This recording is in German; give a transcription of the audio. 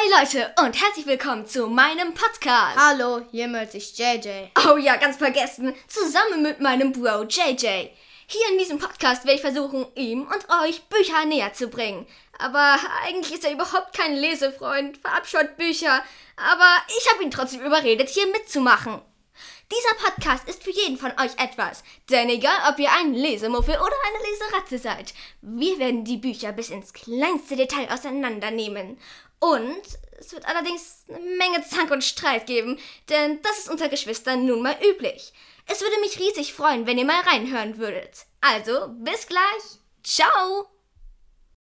Hi Leute und herzlich willkommen zu meinem Podcast. Hallo, hier melde ich JJ. Oh ja, ganz vergessen, zusammen mit meinem Bro JJ. Hier in diesem Podcast werde ich versuchen, ihm und euch Bücher näher zu bringen. Aber eigentlich ist er überhaupt kein Lesefreund, verabscheut Bücher. Aber ich habe ihn trotzdem überredet, hier mitzumachen. Dieser Podcast ist für jeden von euch etwas. Denn egal, ob ihr ein Lesemuffel oder eine Leseratte seid, wir werden die Bücher bis ins kleinste Detail auseinandernehmen. Und es wird allerdings eine Menge Zank und Streit geben, denn das ist unter Geschwistern nun mal üblich. Es würde mich riesig freuen, wenn ihr mal reinhören würdet. Also, bis gleich. Ciao!